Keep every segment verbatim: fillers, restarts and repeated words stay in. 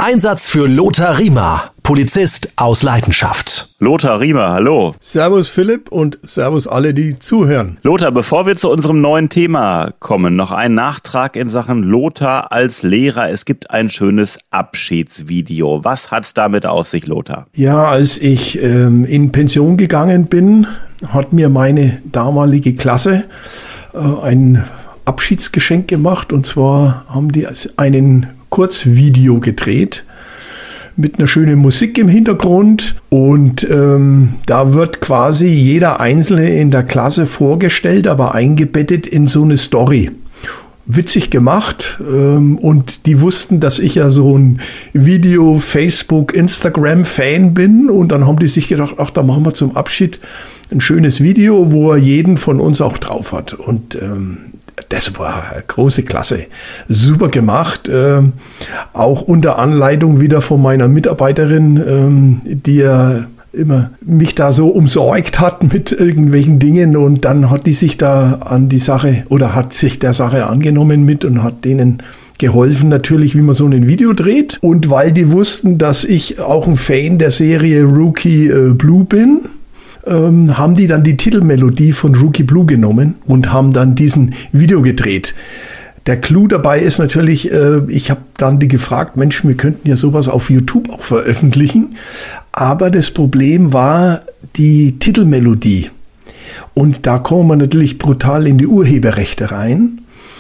Einsatz für Lothar Riemer, Polizist aus Leidenschaft. Lothar Riemer, hallo. Servus Philipp und servus alle, die zuhören. Lothar, bevor wir zu unserem neuen Thema kommen, noch ein Nachtrag in Sachen Lothar als Lehrer. Es gibt ein schönes Abschiedsvideo. Was hat's damit auf sich, Lothar? Ja, als ich ähm, in Pension gegangen bin, hat mir meine damalige Klasse äh, ein Abschiedsgeschenk gemacht. Und zwar haben die einen Kurzvideo gedreht mit einer schönen Musik im Hintergrund, und ähm, da wird quasi jeder Einzelne in der Klasse vorgestellt, aber eingebettet in so eine Story. Witzig gemacht, ähm, und die wussten, dass ich ja so ein Video-, Facebook-, Instagram-Fan bin, und dann haben die sich gedacht, ach, da machen wir zum Abschied ein schönes Video, wo er jeden von uns auch drauf hat, und ähm, das war große Klasse. Super gemacht. Ähm, auch unter Anleitung wieder von meiner Mitarbeiterin, ähm, die ja immer mich da so umsorgt hat mit irgendwelchen Dingen. Und dann hat die sich da an die Sache oder hat sich der Sache angenommen mit und hat denen geholfen natürlich, wie man so ein Video dreht. Und weil die wussten, dass ich auch ein Fan der Serie Rookie äh, Blue bin, Ähm, haben die dann die Titelmelodie von Rookie Blue genommen und haben dann diesen Video gedreht. Der Clou dabei ist natürlich, äh, ich habe dann die gefragt, Mensch, wir könnten ja sowas auf YouTube auch veröffentlichen. Aber das Problem war die Titelmelodie. Und da kommen wir natürlich brutal in die Urheberrechte rein.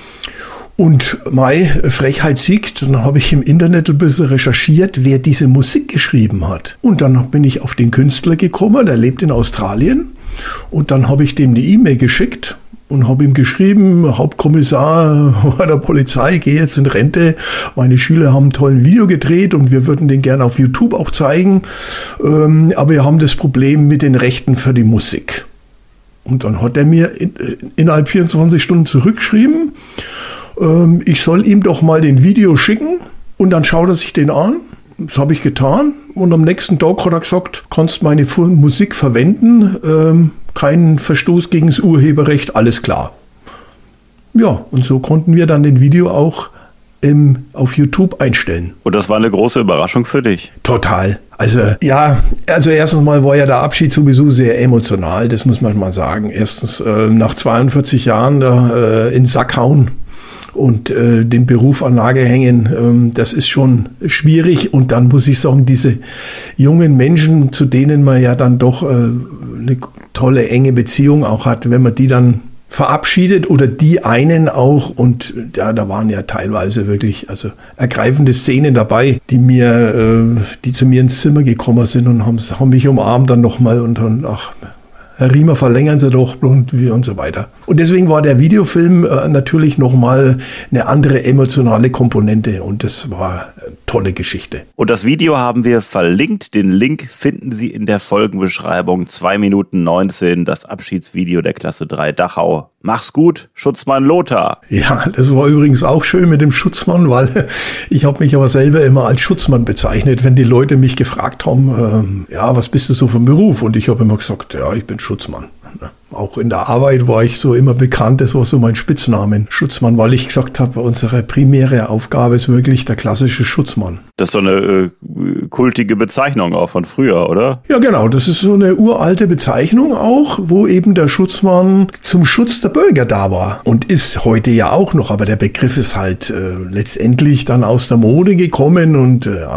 Und meine Frechheit siegt, dann habe ich im Internet ein bisschen recherchiert, wer diese Musik geschrieben hat. Und dann bin ich auf den Künstler gekommen, der lebt in Australien. Und dann habe ich dem eine E-Mail geschickt und habe ihm geschrieben, Hauptkommissar der Polizei, gehe jetzt in Rente. Meine Schüler haben einen tollen Video gedreht und wir würden den gerne auf YouTube auch zeigen. Aber wir haben das Problem mit den Rechten für die Musik. Und dann hat er mir in, innerhalb vierundzwanzig Stunden zurückgeschrieben, ich soll ihm doch mal den Video schicken, und dann schaut er sich den an. Das habe ich getan, und am nächsten Tag hat er gesagt, kannst meine Musik verwenden, ähm, keinen Verstoß gegen das Urheberrecht, alles klar. Ja, und so konnten wir dann den Video auch ähm, auf YouTube einstellen. Und das war eine große Überraschung für dich? Total. Also ja, also erstens mal war ja der Abschied sowieso sehr emotional, das muss man mal sagen. Erstens äh, nach zweiundvierzig Jahren da äh, in den Sack hauen und äh, den Beruf an Nagel hängen, ähm, das ist schon schwierig. Und dann muss ich sagen, diese jungen Menschen, zu denen man ja dann doch äh, eine tolle, enge Beziehung auch hat, wenn man die dann verabschiedet oder die einen auch, und ja, da waren ja teilweise wirklich also ergreifende Szenen dabei, die mir, äh, die zu mir ins Zimmer gekommen sind und haben, haben mich umarmt dann nochmal und dann, ach, Herr Riemer, verlängern Sie doch und, und so weiter. Und deswegen war der Videofilm äh, natürlich nochmal eine andere emotionale Komponente, und das war eine tolle Geschichte. Und das Video haben wir verlinkt. Den Link finden Sie in der Folgenbeschreibung. zwei Minuten neunzehn, das Abschiedsvideo der Klasse drei Dachau. Mach's gut, Schutzmann Lothar. Ja, das war übrigens auch schön mit dem Schutzmann, weil ich habe mich aber selber immer als Schutzmann bezeichnet, wenn die Leute mich gefragt haben, ähm, ja, was bist du so für ein Beruf? Und ich habe immer gesagt, ja, ich bin Schutzmann. Auch in der Arbeit war ich so immer bekannt, das war so mein Spitznamen, Schutzmann, weil ich gesagt habe, unsere primäre Aufgabe ist wirklich der klassische Schutzmann. Das ist so eine äh, kultige Bezeichnung auch von früher, oder? Ja, genau, das ist so eine uralte Bezeichnung auch, wo eben der Schutzmann zum Schutz der Bürger da war und ist heute ja auch noch, aber der Begriff ist halt äh, letztendlich dann aus der Mode gekommen, und äh,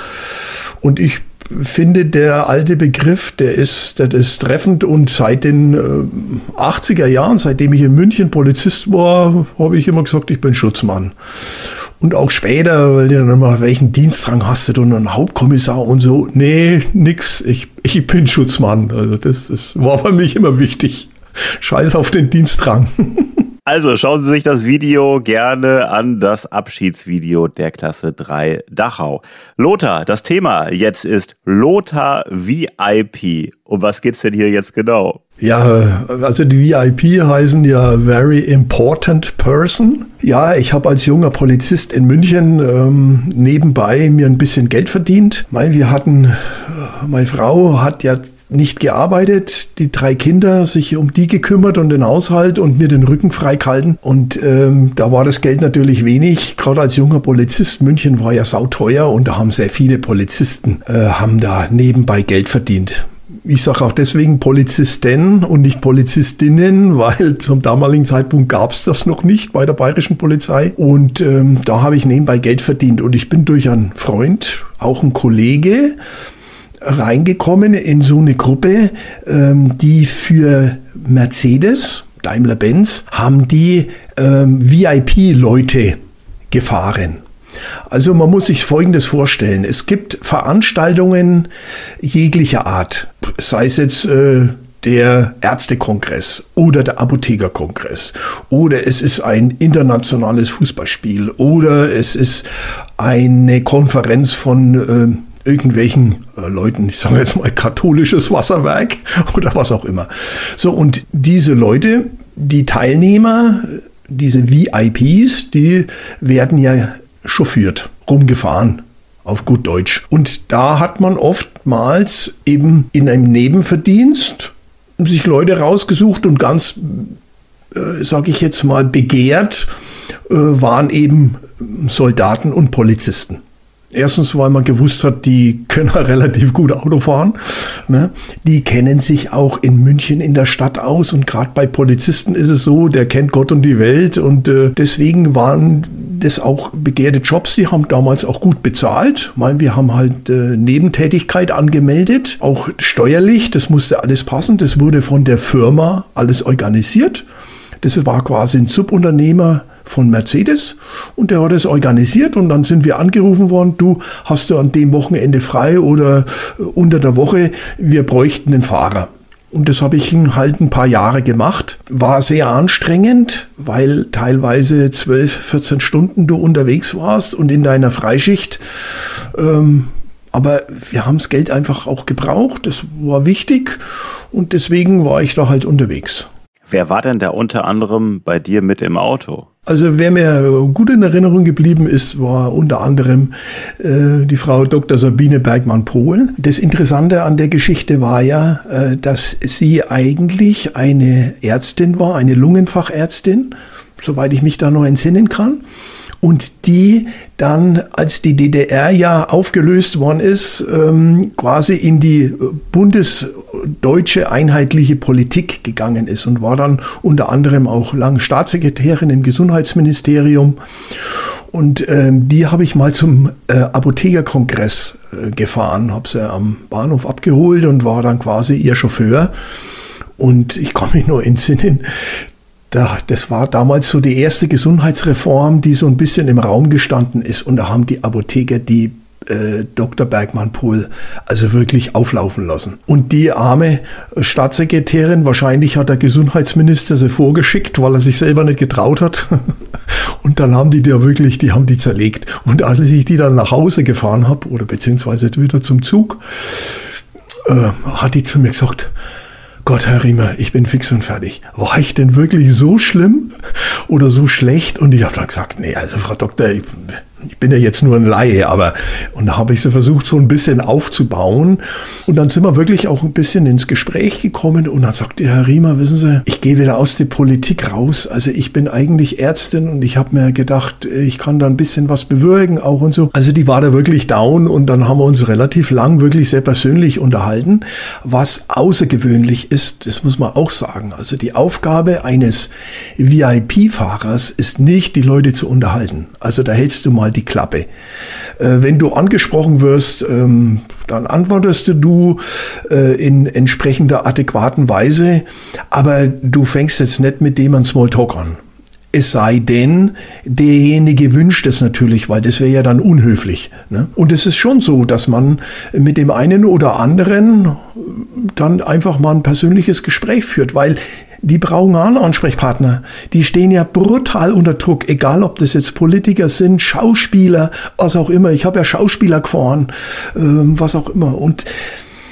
und ich finde, der alte Begriff, der ist, der ist treffend, und seit den äh, achtziger Jahren, seitdem ich in München Polizist war, habe ich immer gesagt, ich bin Schutzmann. Und auch später, weil die dann immer, welchen Dienstrang hast du denn, einen Hauptkommissar und so? Nee, nix, ich, ich bin Schutzmann. Also das, das war für mich immer wichtig. Scheiß auf den Dienstrang. Also schauen Sie sich das Video gerne an, das Abschiedsvideo der Klasse drei Dachau. Lothar, das Thema jetzt ist Lothar V I P. Um was geht's denn hier jetzt genau? Ja, also die V I P heißen ja Very Important Person. Ja, ich habe als junger Polizist in München ähm, nebenbei mir ein bisschen Geld verdient. Weil wir hatten, meine Frau hat ja nicht gearbeitet, die drei Kinder, sich um die gekümmert und den Haushalt und mir den Rücken frei gehalten. Und ähm, da war das Geld natürlich wenig. Gerade als junger Polizist, München war ja sauteuer und da haben sehr viele Polizisten, äh, haben da nebenbei Geld verdient. Ich sage auch deswegen Polizisten und nicht Polizistinnen, weil zum damaligen Zeitpunkt gab es das noch nicht bei der bayerischen Polizei. Und ähm, da habe ich nebenbei Geld verdient. Und ich bin durch einen Freund, auch ein Kollege, reingekommen in so eine Gruppe, ähm, die für Mercedes, Daimler-Benz, haben die ähm, V I P-Leute gefahren. Also man muss sich Folgendes vorstellen. Es gibt Veranstaltungen jeglicher Art, sei es jetzt äh, der Ärztekongress oder der Apothekerkongress oder es ist ein internationales Fußballspiel oder es ist eine Konferenz von äh, irgendwelchen äh, Leuten, ich sage jetzt mal katholisches Wasserwerk oder was auch immer. So, und diese Leute, die Teilnehmer, diese V I Ps, die werden ja chauffiert, rumgefahren, auf gut Deutsch. Und da hat man oftmals eben in einem Nebenverdienst sich Leute rausgesucht und ganz, äh, sage ich jetzt mal, begehrt äh, waren eben Soldaten und Polizisten. Erstens, weil man gewusst hat, die können relativ gut Auto fahren. Ne? Die kennen sich auch in München in der Stadt aus. Und gerade bei Polizisten ist es so, der kennt Gott und die Welt. Und äh, deswegen waren das auch begehrte Jobs. Die haben damals auch gut bezahlt. Weil wir haben halt äh, Nebentätigkeit angemeldet. Auch steuerlich, das musste alles passen. Das wurde von der Firma alles organisiert. Das war quasi ein Subunternehmer von Mercedes und der hat es organisiert und dann sind wir angerufen worden, du hast du an dem Wochenende frei oder unter der Woche, wir bräuchten einen Fahrer. Und das habe ich halt ein paar Jahre gemacht. War sehr anstrengend, weil teilweise zwölf, vierzehn Stunden du unterwegs warst und in deiner Freischicht. Ähm, aber wir haben das Geld einfach auch gebraucht, das war wichtig und deswegen war ich da halt unterwegs. Wer war denn da unter anderem bei dir mit im Auto? Also wer mir gut in Erinnerung geblieben ist, war unter anderem äh, die Frau Doktor Sabine Bergmann-Pohl. Das Interessante an der Geschichte war ja, äh, dass sie eigentlich eine Ärztin war, eine Lungenfachärztin, soweit ich mich da noch entsinnen kann. Und die dann, als die D D R ja aufgelöst worden ist, ähm, quasi in die bundesdeutsche einheitliche Politik gegangen ist und war dann unter anderem auch lang Staatssekretärin im Gesundheitsministerium. Und ähm, die habe ich mal zum äh, Apothekerkongress äh, gefahren, habe sie am Bahnhof abgeholt und war dann quasi ihr Chauffeur. Und ich kann mich nur entsinnen, das war damals so die erste Gesundheitsreform, die so ein bisschen im Raum gestanden ist. Und da haben die Apotheker die äh, Doktor Bergmann-Pohl also wirklich auflaufen lassen. Und die arme Staatssekretärin, wahrscheinlich hat der Gesundheitsminister sie vorgeschickt, weil er sich selber nicht getraut hat. Und dann haben die da wirklich, die haben die zerlegt. Und als ich die dann nach Hause gefahren habe, oder beziehungsweise wieder zum Zug, äh, hat die zu mir gesagt, Gott, Herr Riemer, ich bin fix und fertig. War ich denn wirklich so schlimm oder so schlecht? Und ich habe dann gesagt, nee, also Frau Doktor, ich, ich bin ja jetzt nur ein Laie, aber und da habe ich so versucht, so ein bisschen aufzubauen. Und dann sind wir wirklich auch ein bisschen ins Gespräch gekommen und dann sagte Herr Riemer, wissen Sie, ich gehe wieder aus der Politik raus. Also ich bin eigentlich Ärztin und ich habe mir gedacht, ich kann da ein bisschen was bewirken auch und so. Also die war da wirklich down und dann haben wir uns relativ lang wirklich sehr persönlich unterhalten, was außergewöhnlich ist, das muss man auch sagen. Also die Aufgabe eines V I P-Fahrers ist nicht, die Leute zu unterhalten. Also da hältst du mal die Klappe. Äh, wenn du angesprochen wirst, ähm, dann antwortest du äh, in entsprechender adäquaten Weise, aber du fängst jetzt nicht mit dem an Smalltalk an. Es sei denn, derjenige wünscht es natürlich, weil das wäre ja dann unhöflich. Ne? Und es ist schon so, dass man mit dem einen oder anderen dann einfach mal ein persönliches Gespräch führt, weil die brauchen einen Ansprechpartner. Die stehen ja brutal unter Druck, egal ob das jetzt Politiker sind, Schauspieler, was auch immer. Ich habe ja Schauspieler gefahren, ähm, was auch immer. Und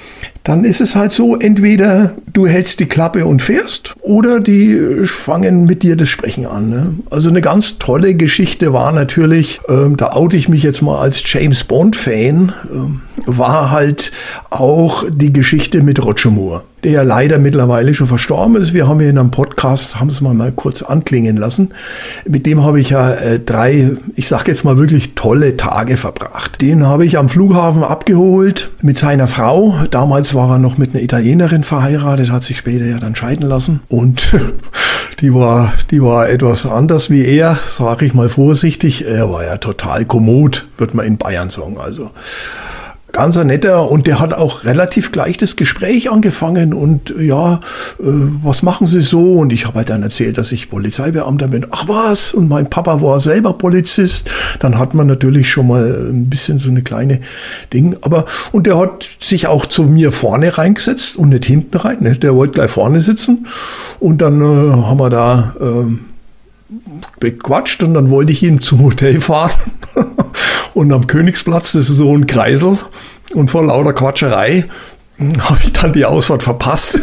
dann ist es halt so, entweder du hältst die Klappe und fährst oder die fangen mit dir das Sprechen an. Ne? Also eine ganz tolle Geschichte war natürlich, ähm, da oute ich mich jetzt mal als James Bond-Fan, ähm, war halt auch die Geschichte mit Roger Moore, der ja leider mittlerweile schon verstorben ist. Wir haben hier in einem Podcast, haben es mal, mal kurz anklingen lassen. Mit dem habe ich ja äh, drei, ich sage jetzt mal wirklich tolle Tage verbracht. Den habe ich am Flughafen abgeholt mit seiner Frau. Damals war er noch mit einer Italienerin verheiratet, hat sich später ja dann scheiden lassen. Und die war, die war etwas anders wie er, sage ich mal vorsichtig. Er war ja total kommod, wird man in Bayern sagen. Also ganz ein netter, und der hat auch relativ gleich das Gespräch angefangen und ja, äh, was machen Sie so? Und ich habe halt dann erzählt, dass ich Polizeibeamter bin. Ach was? Und mein Papa war selber Polizist. Dann hat man natürlich schon mal ein bisschen so eine kleine Ding. Aber, und der hat sich auch zu mir vorne reingesetzt und nicht hinten rein. Ne? Der wollte gleich vorne sitzen. Und dann äh, haben wir da äh, bequatscht und dann wollte ich ihn zum Hotel fahren. Und am Königsplatz, das ist so ein Kreisel, und vor lauter Quatscherei habe ich dann die Ausfahrt verpasst.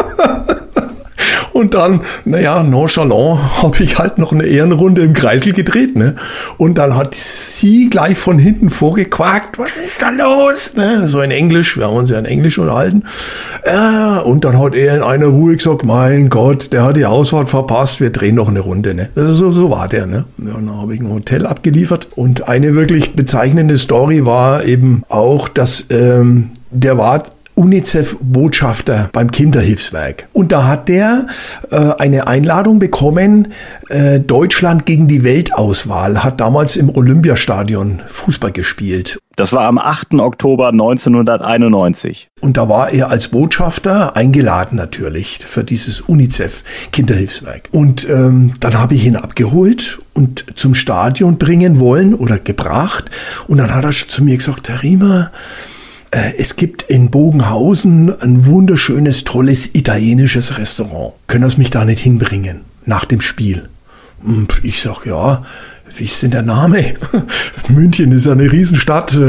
Und dann, naja, nonchalant habe ich halt noch eine Ehrenrunde im Kreisel gedreht. Ne? Und dann hat sie gleich von hinten vorgequakt, was ist da los? Ne? So in Englisch, wir haben uns ja in Englisch unterhalten. Äh, und dann hat er in einer Ruhe gesagt, mein Gott, der hat die Ausfahrt verpasst, wir drehen noch eine Runde. Ne? Also so, so war der. Ne? Ja, dann habe ich ein Hotel abgeliefert. Und eine wirklich bezeichnende Story war eben auch, dass ähm, der war UNICEF-Botschafter beim Kinderhilfswerk. Und da hat der äh, eine Einladung bekommen, äh, Deutschland gegen die Weltauswahl, hat damals im Olympiastadion Fußball gespielt. Das war am achten Oktober neunzehnhunderteinundneunzig. Und da war er als Botschafter eingeladen natürlich für dieses UNICEF-Kinderhilfswerk. Und ähm, dann habe ich ihn abgeholt und zum Stadion bringen wollen oder gebracht. Und dann hat er zu mir gesagt, Herr Riemer, es gibt in Bogenhausen ein wunderschönes, tolles italienisches Restaurant. Können Sie mich da nicht hinbringen nach dem Spiel? Und ich sag, ja, wie ist denn der Name? München ist ja eine Riesenstadt.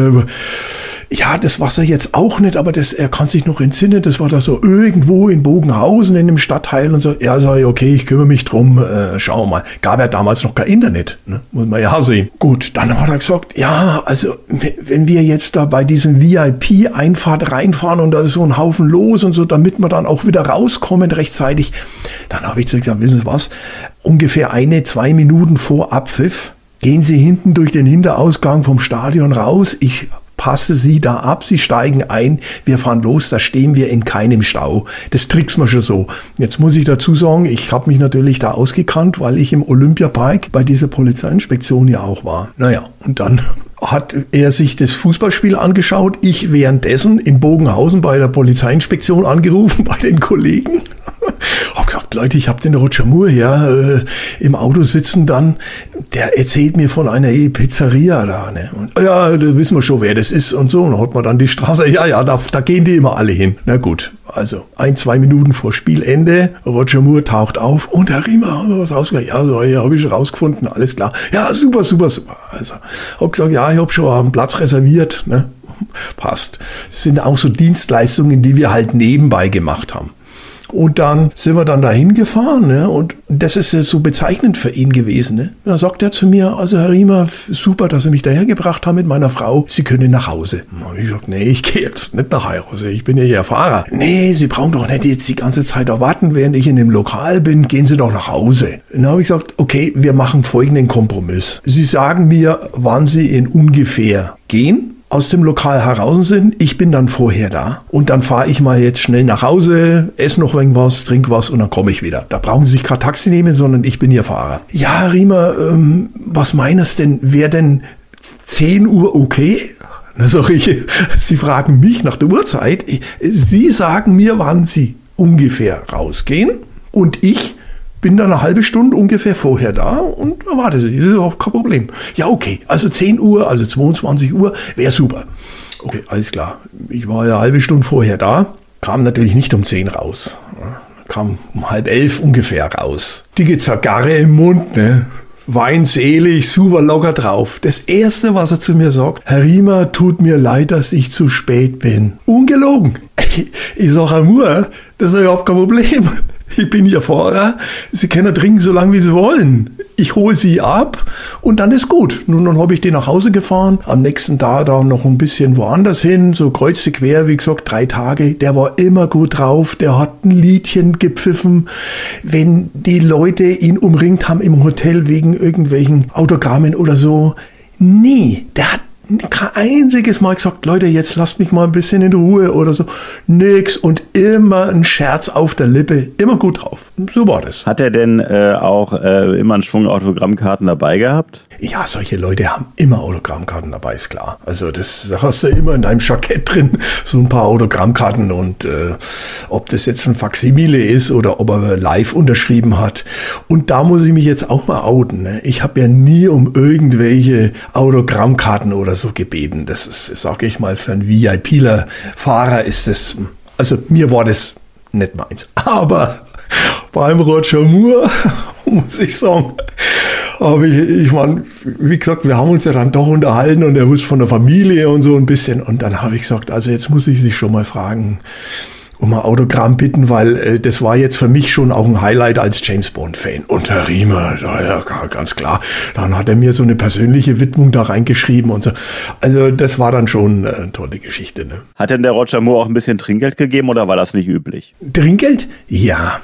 Ja, das weiß er jetzt auch nicht, aber das, er kann sich noch entsinnen, das war da so irgendwo in Bogenhausen in dem Stadtteil und so. Ja, sag ich, okay, ich kümmere mich drum, äh, schauen wir mal. Gab ja damals noch kein Internet, ne? Muss man ja sehen. Gut, dann hat er gesagt, ja, also wenn wir jetzt da bei diesem V I P-Einfahrt reinfahren und da ist so ein Haufen los und so, damit wir dann auch wieder rauskommen rechtzeitig, dann habe ich gesagt, wissen Sie was, ungefähr eine, zwei Minuten vor Abpfiff gehen Sie hinten durch den Hinterausgang vom Stadion raus, ich passe Sie da ab, Sie steigen ein, wir fahren los, da stehen wir in keinem Stau. Das tricksen wir schon so. Jetzt muss ich dazu sagen, ich habe mich natürlich da ausgekannt, weil ich im Olympiapark bei dieser Polizeiinspektion ja auch war. Naja, und dann hat er sich das Fußballspiel angeschaut, ich währenddessen in Bogenhausen bei der Polizeiinspektion angerufen, bei den Kollegen. Hab gesagt, Leute, ich hab den Roger Moore ja äh, im Auto sitzen dann, der erzählt mir von einer Pizzeria da, ne? Und ja, da wissen wir schon, wer das ist und so. Und dann hat man dann die Straße, ja, ja, da, da gehen die immer alle hin. Na gut, also ein, zwei Minuten vor Spielende, Roger Moore taucht auf und Herr Riemer, haben wir was rausgefunden? Ja, so, ja, habe ich schon rausgefunden, alles klar. Ja, super, super, super. Also, hab gesagt, ja, ich hab schon einen Platz reserviert, ne? Passt. Das sind auch so Dienstleistungen, die wir halt nebenbei gemacht haben. Und dann sind wir dann dahin gefahren, ne? Und das ist ja so bezeichnend für ihn gewesen. Ne? Dann sagt er zu mir, also Herr Riemer, super, dass Sie mich dahergebracht haben mit meiner Frau, Sie können nach Hause. Und ich sag, nee, ich gehe jetzt nicht nach Hause, ich bin ja hier Fahrer. Nee, Sie brauchen doch nicht jetzt die ganze Zeit da warten, während ich in dem Lokal bin, gehen Sie doch nach Hause. Und dann habe ich gesagt, okay, wir machen folgenden Kompromiss. Sie sagen mir, wann Sie in ungefähr gehen, aus dem Lokal heraus sind, ich bin dann vorher da und dann fahre ich mal jetzt schnell nach Hause, esse noch irgendwas, trinke was und dann komme ich wieder. Da brauchen Sie sich kein Taxi nehmen, sondern ich bin Ihr Fahrer. Ja, Riemer, ähm, was meinst denn, wäre denn zehn Uhr okay? Dann sage ich, Sie fragen mich nach der Uhrzeit, Sie sagen mir, wann Sie ungefähr rausgehen und ich bin dann eine halbe Stunde ungefähr vorher da und warte Sie, das ist auch kein Problem. Ja, okay, also zehn Uhr, also zweiundzwanzig Uhr, wäre super. Okay, alles klar. Ich war ja eine halbe Stunde vorher da, kam natürlich nicht um zehn raus. Kam um halb elf ungefähr raus. Dicke Zigarre im Mund, ne? Weinselig, super locker drauf. Das Erste, was er zu mir sagt, Herr Riemer, tut mir leid, dass ich zu spät bin. Ungelogen. Ich, ich sage, Herr Moore, das ist überhaupt kein Problem. Ich bin Ihr Fahrer, Sie können trinken, so lange wie Sie wollen. Ich hole Sie ab und dann ist gut. Nun, dann habe ich den nach Hause gefahren, am nächsten Tag da noch ein bisschen woanders hin, so kreuzte quer, wie gesagt, drei Tage. Der war immer gut drauf, der hat ein Liedchen gepfiffen. Wenn die Leute ihn umringt haben im Hotel wegen irgendwelchen Autogrammen oder so, nee, der hat kein einziges Mal gesagt, Leute, jetzt lasst mich mal ein bisschen in Ruhe oder so. Nix und immer ein Scherz auf der Lippe, immer gut drauf. So war das. Hat er denn äh, auch äh, immer einen Schwung Autogrammkarten dabei gehabt? Ja, solche Leute haben immer Autogrammkarten dabei, ist klar. Also das hast du immer in deinem Jackett drin, so ein paar Autogrammkarten und äh, ob das jetzt ein Faksimile ist oder ob er live unterschrieben hat. Und da muss ich mich jetzt auch mal outen. Ne? Ich habe ja nie um irgendwelche Autogrammkarten oder so gebeten. Das ist, sage ich mal, für einen V I P-Fahrer ist das, also mir war das nicht meins. Aber beim Roger Moore, muss ich sagen, aber ich, ich meine, wie gesagt, wir haben uns ja dann doch unterhalten und er wusste von der Familie und so ein bisschen. Und dann habe ich gesagt, also jetzt muss ich sich schon mal fragen, um ein Autogramm bitten, weil äh, das war jetzt für mich schon auch ein Highlight als James-Bond-Fan. Und Herr Riemer, ja, ganz klar, dann hat er mir so eine persönliche Widmung da reingeschrieben und so. Also das war dann schon äh, eine tolle Geschichte. Ne? Hat denn der Roger Moore auch ein bisschen Trinkgeld gegeben oder war das nicht üblich? Trinkgeld? Ja.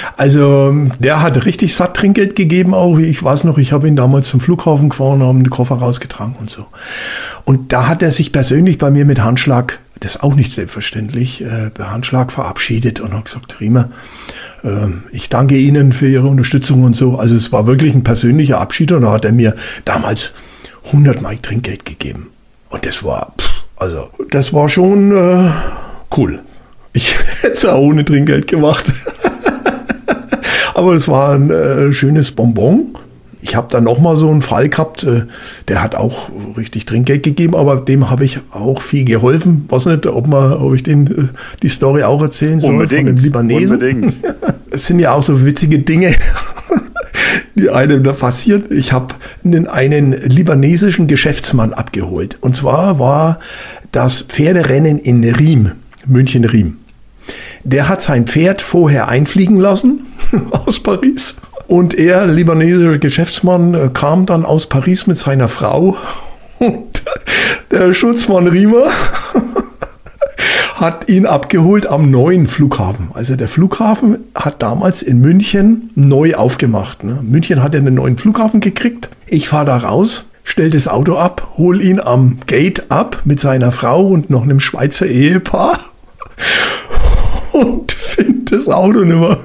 Also der hat richtig satt Trinkgeld gegeben auch. Ich weiß noch, ich habe ihn damals zum Flughafen gefahren, haben den Koffer rausgetragen und so. Und da hat er sich persönlich bei mir mit Handschlag, das ist auch nicht selbstverständlich, äh, per Handschlag verabschiedet und hat gesagt, Riemer, äh, ich danke Ihnen für Ihre Unterstützung und so. Also es war wirklich ein persönlicher Abschied und da hat er mir damals hundert Mark Trinkgeld gegeben. Und das war, pff, also das war schon äh, cool. Ich hätte es auch ohne Trinkgeld gemacht. Aber es war ein äh, schönes Bonbon. Ich habe dann nochmal so einen Fall gehabt, äh, der hat auch richtig Trinkgeld gegeben, aber dem habe ich auch viel geholfen. Weiß nicht, ob, man, ob ich den, äh, die Story auch erzählen soll. Unbedingt, von dem Libanesen. Unbedingt. Es sind ja auch so witzige Dinge, die einem da passieren. Ich habe einen, einen libanesischen Geschäftsmann abgeholt. Und zwar war das Pferderennen in Riem, München-Riem. Der hat sein Pferd vorher einfliegen lassen aus Paris. Und er, libanesischer Geschäftsmann, kam dann aus Paris mit seiner Frau. Und der Schutzmann Riemer hat ihn abgeholt am neuen Flughafen. Also der Flughafen hat damals in München neu aufgemacht. Ne? München hat einen neuen Flughafen gekriegt. Ich fahre da raus, stell das Auto ab, hol ihn am Gate ab mit seiner Frau und noch einem Schweizer Ehepaar. Und finde das Auto nicht mehr.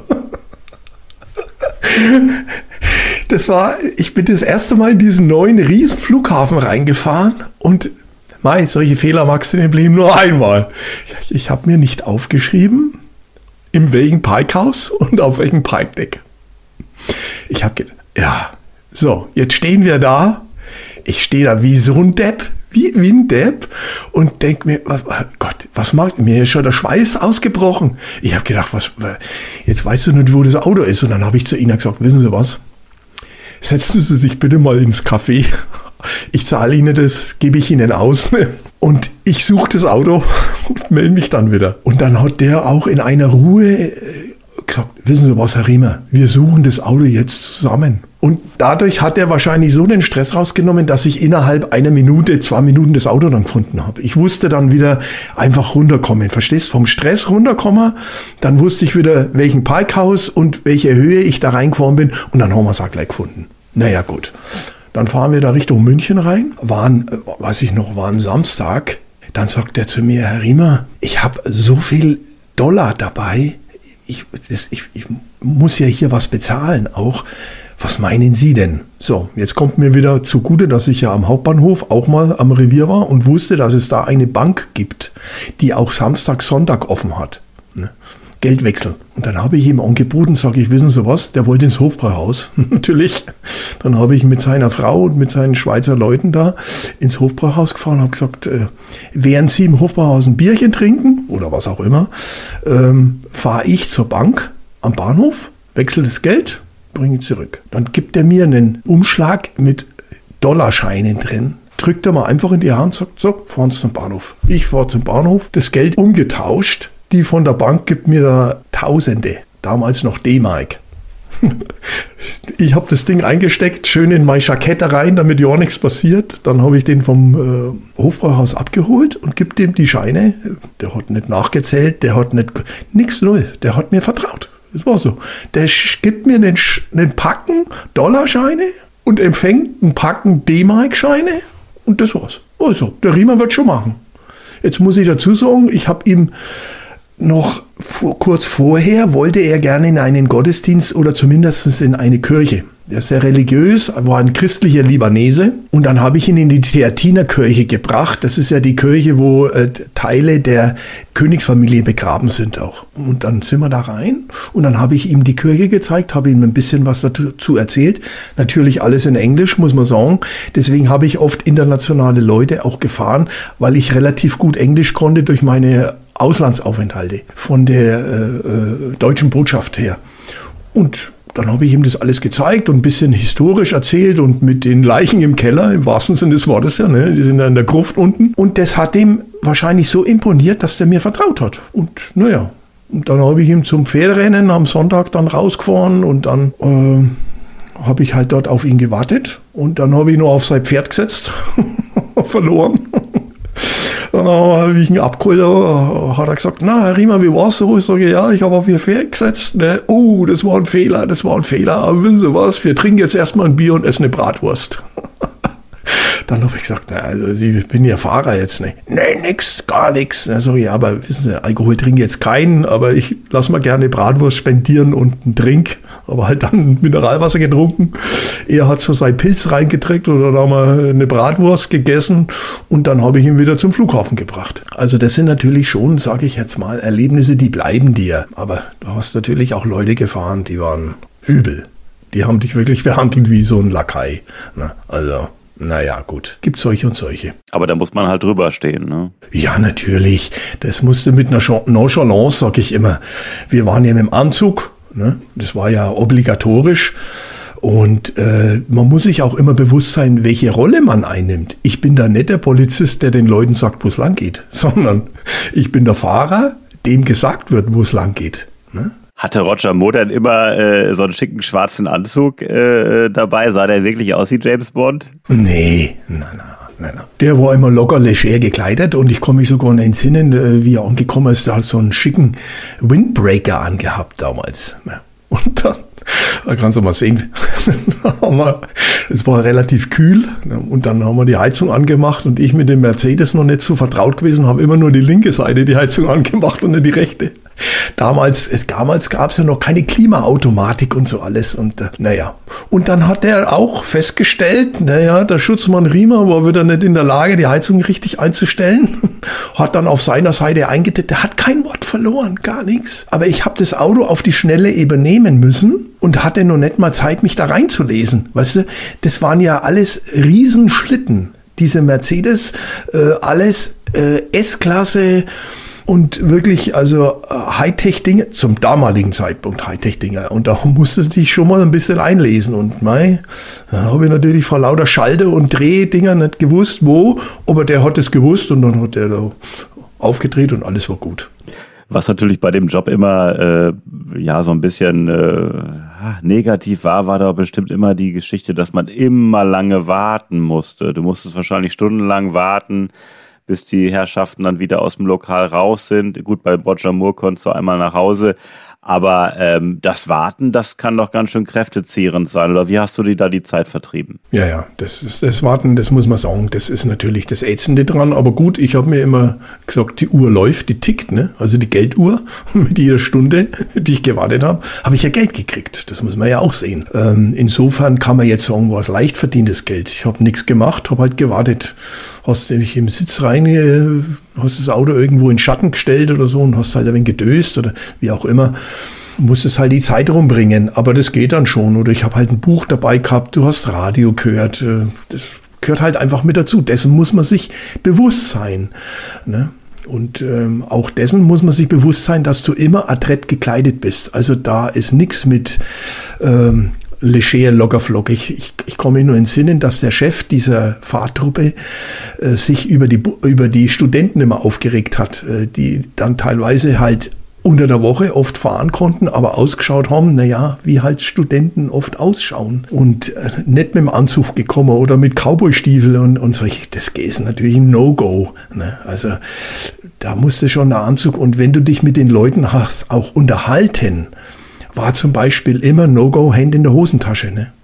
Das war, ich bin das erste Mal in diesen neuen Riesenflughafen reingefahren und mei, solche Fehler magst du in dem Leben nur einmal. Ich habe mir nicht aufgeschrieben, in welchem Parkhaus und auf welchem Parkdeck. Ich habe gedacht, ja, so, jetzt stehen wir da. Ich stehe da wie so ein Depp. Wie, wie ein Depp und denk mir, was, Gott, was macht mir? Ist schon der Schweiß ausgebrochen. Ich habe gedacht, was, jetzt weißt du nicht, wo das Auto ist. Und dann habe ich zu ihnen gesagt, wissen Sie was? Setzen Sie sich bitte mal ins Café. Ich zahle Ihnen das, gebe ich Ihnen aus. Und ich suche das Auto und melde mich dann wieder. Und dann hat der auch in einer Ruhe gesagt, wissen Sie was, Herr Riemer, wir suchen das Auto jetzt zusammen. Und dadurch hat er wahrscheinlich so den Stress rausgenommen, dass ich innerhalb einer Minute, zwei Minuten das Auto dann gefunden habe. Ich wusste dann wieder einfach runterkommen. Verstehst? Vom Stress runterkommen, dann wusste ich wieder, welchen Parkhaus und welche Höhe ich da reingefahren bin und dann haben wir es auch gleich gefunden. Naja, gut. Dann fahren wir da Richtung München rein. Waren, weiß ich noch, war ein Samstag. Dann sagt er zu mir, Herr Riemer, ich habe so viel Dollar dabei. Ich, das, ich, ich muss ja hier was bezahlen auch. Was meinen Sie denn? So, jetzt kommt mir wieder zugute, dass ich ja am Hauptbahnhof auch mal am Revier war und wusste, dass es da eine Bank gibt, die auch Samstag, Sonntag offen hat. Ne? Geldwechsel. Und dann habe ich ihm angeboten, sage ich, wissen Sie was, der wollte ins Hofbräuhaus. Natürlich. Dann habe ich mit seiner Frau und mit seinen Schweizer Leuten da ins Hofbräuhaus gefahren und habe gesagt, äh, während Sie im Hofbräuhaus ein Bierchen trinken oder was auch immer, ähm, fahre ich zur Bank am Bahnhof, wechsle das Geld, bringe zurück. Dann gibt er mir einen Umschlag mit Dollarscheinen drin, drückt er mal einfach in die Hand und sagt, so, fahren Sie zum Bahnhof. Ich fahre zum Bahnhof, das Geld umgetauscht, die von der Bank gibt mir da Tausende, damals noch D-Mark. Ich habe das Ding eingesteckt, schön in mein Jackett rein, damit ja nichts passiert. Dann habe ich den vom äh, Hofbräuhaus abgeholt und gibt dem die Scheine. Der hat nicht nachgezählt, der hat nicht, nix null, der hat mir vertraut. Das war so. Der gibt mir einen, einen Packen Dollarscheine und empfängt einen Packen D-Mark-Scheine und das war's. Also, der Riemer wird schon machen. Jetzt muss ich dazu sagen, ich habe ihm noch vor, kurz vorher wollte er gerne in einen Gottesdienst oder zumindest in eine Kirche. Er ist sehr religiös, war ein christlicher Libanese. Und dann habe ich ihn in die Theatinerkirche gebracht. Das ist ja die Kirche, wo äh, Teile der Königsfamilie begraben sind auch. Und dann sind wir da rein und dann habe ich ihm die Kirche gezeigt, habe ihm ein bisschen was dazu erzählt. Natürlich alles in Englisch, muss man sagen. Deswegen habe ich oft internationale Leute auch gefahren, weil ich relativ gut Englisch konnte durch meine Auslandsaufenthalte von der äh, äh, deutschen Botschaft her. Und dann habe ich ihm das alles gezeigt und ein bisschen historisch erzählt und mit den Leichen im Keller, im wahrsten Sinne des Wortes ja, ne? Die sind da in der Gruft unten. Und das hat ihm wahrscheinlich so imponiert, dass der mir vertraut hat. Und naja, und dann habe ich ihm zum Pferderennen am Sonntag dann rausgefahren und dann äh, habe ich halt dort auf ihn gewartet. Und dann habe ich nur auf sein Pferd gesetzt, verloren. Dann habe ich ihn abgeholt, hat er gesagt, na, Herr Riemer, wie war's so? Ich sage, ja, ich habe auf Ihr Pferd gesetzt. Ne? Oh, das war ein Fehler, das war ein Fehler. Aber wissen Sie was, wir trinken jetzt erstmal ein Bier und essen eine Bratwurst. Dann habe ich gesagt, na, also ich bin ja Fahrer jetzt. Ne, nee, nix, gar nichts. Na, so, ja, aber wissen Sie, Alkohol trinke ich jetzt keinen, aber ich lasse mal gerne Bratwurst spendieren und einen Trink. Aber halt dann Mineralwasser getrunken. Er hat so sein Pilz reingedrückt und dann haben wir eine Bratwurst gegessen und dann habe ich ihn wieder zum Flughafen gebracht. Also das sind natürlich schon, sage ich jetzt mal, Erlebnisse, die bleiben dir. Aber du hast natürlich auch Leute gefahren, die waren übel. Die haben dich wirklich behandelt wie so ein Lakai. Na, also... Naja, gut. Gibt solche und solche. Aber da muss man halt drüber stehen, ne? Ja, natürlich. Das musste mit einer Nonchalance, sag ich immer. Wir waren ja im Anzug, ne? Das war ja obligatorisch. Und äh, man muss sich auch immer bewusst sein, welche Rolle man einnimmt. Ich bin da nicht der Polizist, der den Leuten sagt, wo es lang geht, sondern ich bin der Fahrer, dem gesagt wird, wo es lang geht, ne? Hatte Roger Moore dann immer äh, so einen schicken schwarzen Anzug äh, dabei? Sah der wirklich aus wie James Bond? Nee, nein, nein, nein, nein. Der war immer locker leger gekleidet und ich kann mich sogar noch entsinnen, äh, wie er angekommen ist. Der hat so einen schicken Windbreaker angehabt damals. Und dann, da kannst du mal sehen, es war relativ kühl und dann haben wir die Heizung angemacht und ich mit dem Mercedes noch nicht so vertraut gewesen, habe immer nur die linke Seite die Heizung angemacht und nicht die rechte. Damals, es, damals gab es ja noch keine Klimaautomatik und so alles und äh, naja. Und dann hat er auch festgestellt, naja, der Schutzmann Riemer war wieder nicht in der Lage, die Heizung richtig einzustellen. Hat dann auf seiner Seite eingetippt, der hat kein Wort verloren, gar nichts. Aber ich habe das Auto auf die Schnelle übernehmen müssen und hatte noch nicht mal Zeit, mich da reinzulesen. Weißt du, das waren ja alles Riesenschlitten. Diese Mercedes, äh, alles äh, S-Klasse, und wirklich, also Hightech-Dinge, zum damaligen Zeitpunkt Hightech-Dinge. Und da musstest du dich schon mal ein bisschen einlesen. Und mei, dann habe ich natürlich vor lauter Schalte- und Drehdinger nicht gewusst, wo. Aber der hat es gewusst und dann hat er da aufgedreht und alles war gut. Was natürlich bei dem Job immer äh, ja so ein bisschen äh, negativ war, war da bestimmt immer die Geschichte, dass man immer lange warten musste. Du musstest wahrscheinlich stundenlang warten, bis die Herrschaften dann wieder aus dem Lokal raus sind. Gut, bei Roger Moore konntest du einmal nach Hause. Aber ähm, das Warten, das kann doch ganz schön kräftezehrend sein. Oder wie hast du dir da die Zeit vertrieben? Ja, ja, das ist das Warten, das muss man sagen. Das ist natürlich das Ätzende dran. Aber gut, ich habe mir immer gesagt, die Uhr läuft, die tickt, ne? Also die Gelduhr. Mit jeder Stunde, die ich gewartet habe, habe ich ja Geld gekriegt. Das muss man ja auch sehen. Ähm, insofern kann man jetzt sagen, war es leicht verdientes Geld. Ich habe nichts gemacht, habe halt gewartet. Hast dich im Sitz rein, äh, hast das Auto irgendwo in Schatten gestellt oder so und hast halt ein wenig gedöst oder wie auch immer. Musstest halt die Zeit rumbringen, aber das geht dann schon. Oder ich habe halt ein Buch dabei gehabt, du hast Radio gehört. Das gehört halt einfach mit dazu. Dessen muss man sich bewusst sein, ne? Und ähm, auch dessen muss man sich bewusst sein, dass du immer adrett gekleidet bist. Also da ist nichts mit ähm, leger, lockerflockig. Ich, ich komme mir nur in den Sinnen, dass der Chef dieser Fahrtruppe äh, sich über die, über die Studenten immer aufgeregt hat, äh, die dann teilweise halt unter der Woche oft fahren konnten, aber ausgeschaut haben, naja, wie halt Studenten oft ausschauen. Und äh, nicht mit dem Anzug gekommen oder mit Cowboystiefeln und, und so. Das ist natürlich ein No-Go. Ne? Also da musste schon der Anzug. Und wenn du dich mit den Leuten hast, auch unterhalten, war zum Beispiel immer No-Go, Hände in der Hosentasche. Ne?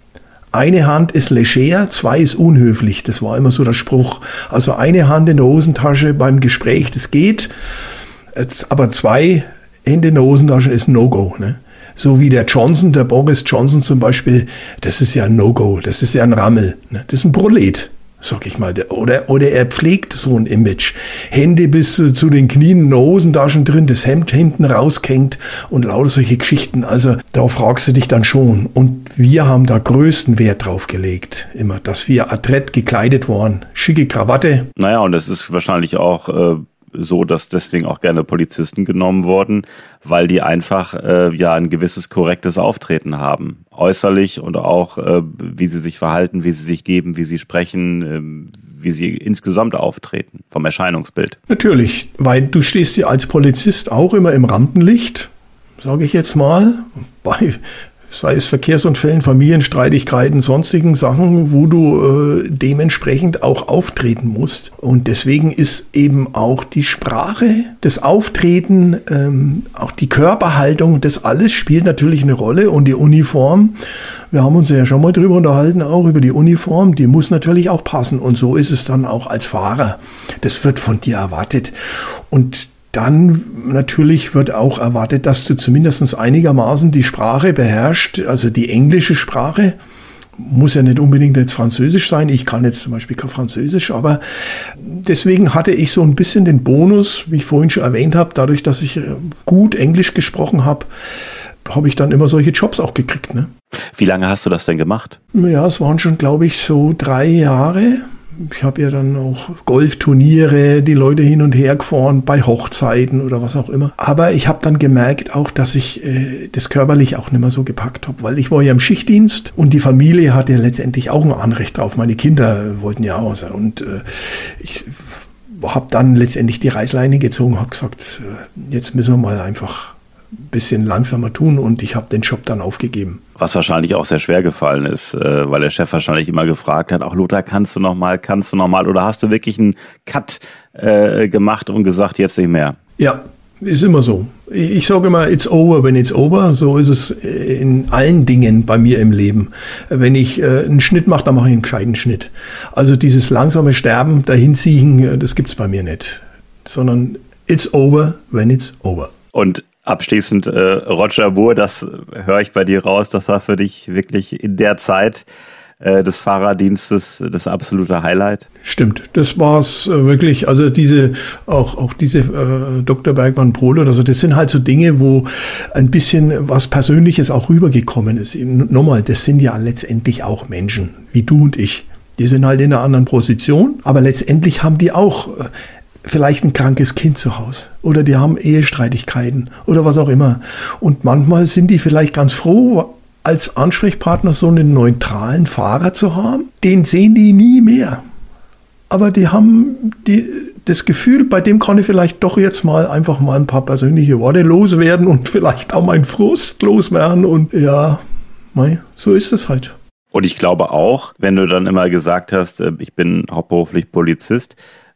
Eine Hand ist leger, zwei ist unhöflich. Das war immer so der Spruch. Also eine Hand in der Hosentasche beim Gespräch, das geht. Jetzt, aber zwei Hände in der Hosentasche ist No-Go. Ne? So wie der Johnson, der Boris Johnson zum Beispiel, das ist ja ein No-Go, das ist ja ein Rammel. Ne? Das ist ein Prolet, sag ich mal. Oder, oder er pflegt so ein Image. Hände bis äh, zu den Knien in der Hosentaschen drin, das Hemd hinten raushängt und lauter solche Geschichten. Also da fragst du dich dann schon. Und wir haben da größten Wert drauf gelegt, immer, dass wir adrett gekleidet waren. Schicke Krawatte. Naja, und das ist wahrscheinlich auch Äh so, dass deswegen auch gerne Polizisten genommen wurden, weil die einfach äh, ja ein gewisses korrektes Auftreten haben. Äußerlich und auch, äh, wie sie sich verhalten, wie sie sich geben, wie sie sprechen, äh, wie sie insgesamt auftreten, vom Erscheinungsbild. Natürlich, weil du stehst ja als Polizist auch immer im Rampenlicht, sage ich jetzt mal, bei sei es Verkehrsunfällen, Familienstreitigkeiten, sonstigen Sachen, wo du äh, dementsprechend auch auftreten musst. Und deswegen ist eben auch die Sprache, das Auftreten, ähm, auch die Körperhaltung, das alles spielt natürlich eine Rolle. Und die Uniform, wir haben uns ja schon mal drüber unterhalten, auch über die Uniform, die muss natürlich auch passen. Und so ist es dann auch als Fahrer. Das wird von dir erwartet. Und dann natürlich wird auch erwartet, dass du zumindest einigermaßen die Sprache beherrschst, also die englische Sprache. Muss ja nicht unbedingt jetzt Französisch sein. Ich kann jetzt zum Beispiel kein Französisch, aber deswegen hatte ich so ein bisschen den Bonus, wie ich vorhin schon erwähnt habe, dadurch, dass ich gut Englisch gesprochen habe, habe ich dann immer solche Jobs auch gekriegt. Ne? Wie lange hast du das denn gemacht? Ja, es waren schon, glaube ich, so drei Jahre. Ich habe ja dann auch Golfturniere, die Leute hin und her gefahren, bei Hochzeiten oder was auch immer. Aber ich habe dann gemerkt auch, dass ich äh, das körperlich auch nicht mehr so gepackt habe, weil ich war ja im Schichtdienst und die Familie hatte ja letztendlich auch ein Anrecht drauf. Meine Kinder wollten ja auch. Und äh, ich habe dann letztendlich die Reißleine gezogen, habe gesagt, äh, jetzt müssen wir mal einfach ein bisschen langsamer tun und ich habe den Job dann aufgegeben. Was wahrscheinlich auch sehr schwer gefallen ist, äh, weil der Chef wahrscheinlich immer gefragt hat, auch Lothar, kannst du noch mal, kannst du noch mal, oder hast du wirklich einen Cut äh, gemacht und gesagt, jetzt nicht mehr? Ja, ist immer so. Ich sage immer, it's over when it's over. So ist es in allen Dingen bei mir im Leben. Wenn ich äh, einen Schnitt mache, dann mache ich einen gescheiten Schnitt. Also dieses langsame Sterben, dahinziehen, das gibt's bei mir nicht. Sondern it's over when it's over. Und abschließend, äh, Roger Moore, das höre ich bei dir raus, das war für dich wirklich in der Zeit äh, des Fahrerdienstes das absolute Highlight? Stimmt, das war's äh, wirklich. Also diese, auch, auch diese äh, Doktor Bergmann-Pohl, also das sind halt so Dinge, wo ein bisschen was Persönliches auch rübergekommen ist. Nochmal, das sind ja letztendlich auch Menschen, wie du und ich. Die sind halt in einer anderen Position, aber letztendlich haben die auch äh, vielleicht ein krankes Kind zu Hause oder die haben Ehestreitigkeiten oder was auch immer. Und manchmal sind die vielleicht ganz froh, als Ansprechpartner so einen neutralen Fahrer zu haben. Den sehen die nie mehr. Aber die haben die, das Gefühl, bei dem kann ich vielleicht doch jetzt mal einfach mal ein paar persönliche Worte loswerden und vielleicht auch meinen Frust loswerden. Und ja, mei, so ist es halt. Und ich glaube auch, wenn du dann immer gesagt hast, ich bin hauptberuflich Polizist,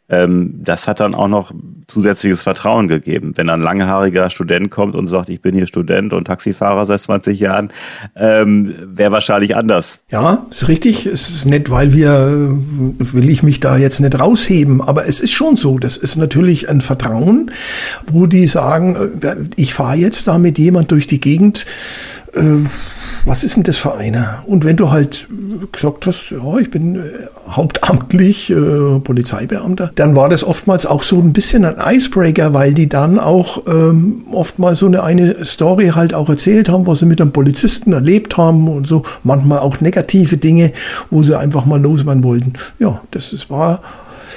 das hat dann auch noch zusätzliches Vertrauen gegeben. Wenn ein langhaariger Student kommt und sagt, ich bin hier Student und Taxifahrer seit zwanzig Jahren, ähm, wäre wahrscheinlich anders. Ja, ist richtig. Es ist nett, weil wir, will ich mich da jetzt nicht rausheben, aber es ist schon so. Das ist natürlich ein Vertrauen, wo die sagen, ich fahre jetzt da mit jemand durch die Gegend, äh, was ist denn das für einer? Und wenn du halt gesagt hast, ja, ich bin äh, hauptamtlich äh, Polizeibeamter, dann war das oftmals auch so ein bisschen ein Icebreaker, weil die dann auch ähm, oftmals so eine, eine Story halt auch erzählt haben, was sie mit einem Polizisten erlebt haben und so. Manchmal auch negative Dinge, wo sie einfach mal loswerden wollten. Ja, das ist, war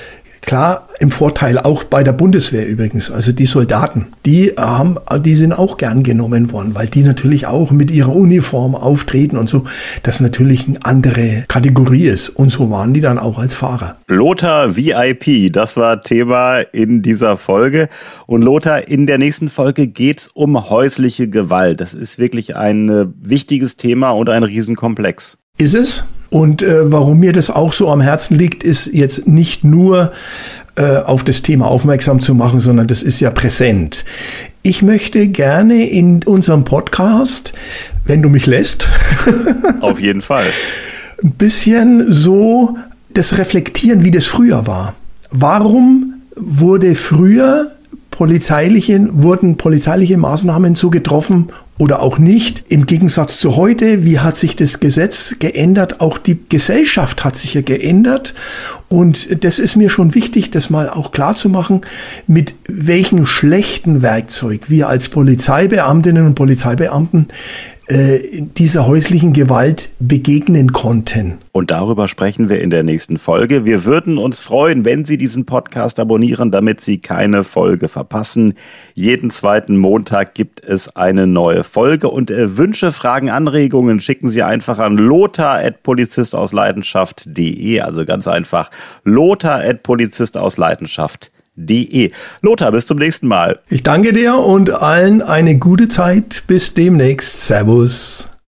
Klar, im Vorteil auch bei der Bundeswehr übrigens. Also die Soldaten, die haben, die sind auch gern genommen worden, weil die natürlich auch mit ihrer Uniform auftreten und so. Das natürlich eine andere Kategorie ist. Und so waren die dann auch als Fahrer. Lothar V I P, das war Thema in dieser Folge. Und Lothar, in der nächsten Folge geht's um häusliche Gewalt. Das ist wirklich ein äh, wichtiges Thema und ein Riesenkomplex. Ist es? Und äh, warum mir das auch so am Herzen liegt, ist jetzt nicht nur äh, auf das Thema aufmerksam zu machen, sondern das ist ja präsent. Ich möchte gerne in unserem Podcast, wenn du mich lässt, auf jeden Fall, ein bisschen so das reflektieren, wie das früher war. Warum wurde früher polizeiliche, wurden polizeiliche Maßnahmen so getroffen oder auch nicht? Im Gegensatz zu heute, wie hat sich das Gesetz geändert? Auch die Gesellschaft hat sich ja geändert. Und das ist mir schon wichtig, das mal auch klar zu machen, mit welchem schlechten Werkzeug wir als Polizeibeamtinnen und Polizeibeamten dieser häuslichen Gewalt begegnen konnten. Und darüber sprechen wir in der nächsten Folge. Wir würden uns freuen, wenn Sie diesen Podcast abonnieren, damit Sie keine Folge verpassen. Jeden zweiten Montag gibt es eine neue Folge. Und äh, Wünsche, Fragen, Anregungen schicken Sie einfach an lothar at polizistausleidenschaft punkt de. Also ganz einfach lothar at polizistausleidenschaft punkt de. Lothar, bis zum nächsten Mal. Ich danke dir und allen eine gute Zeit. Bis demnächst. Servus.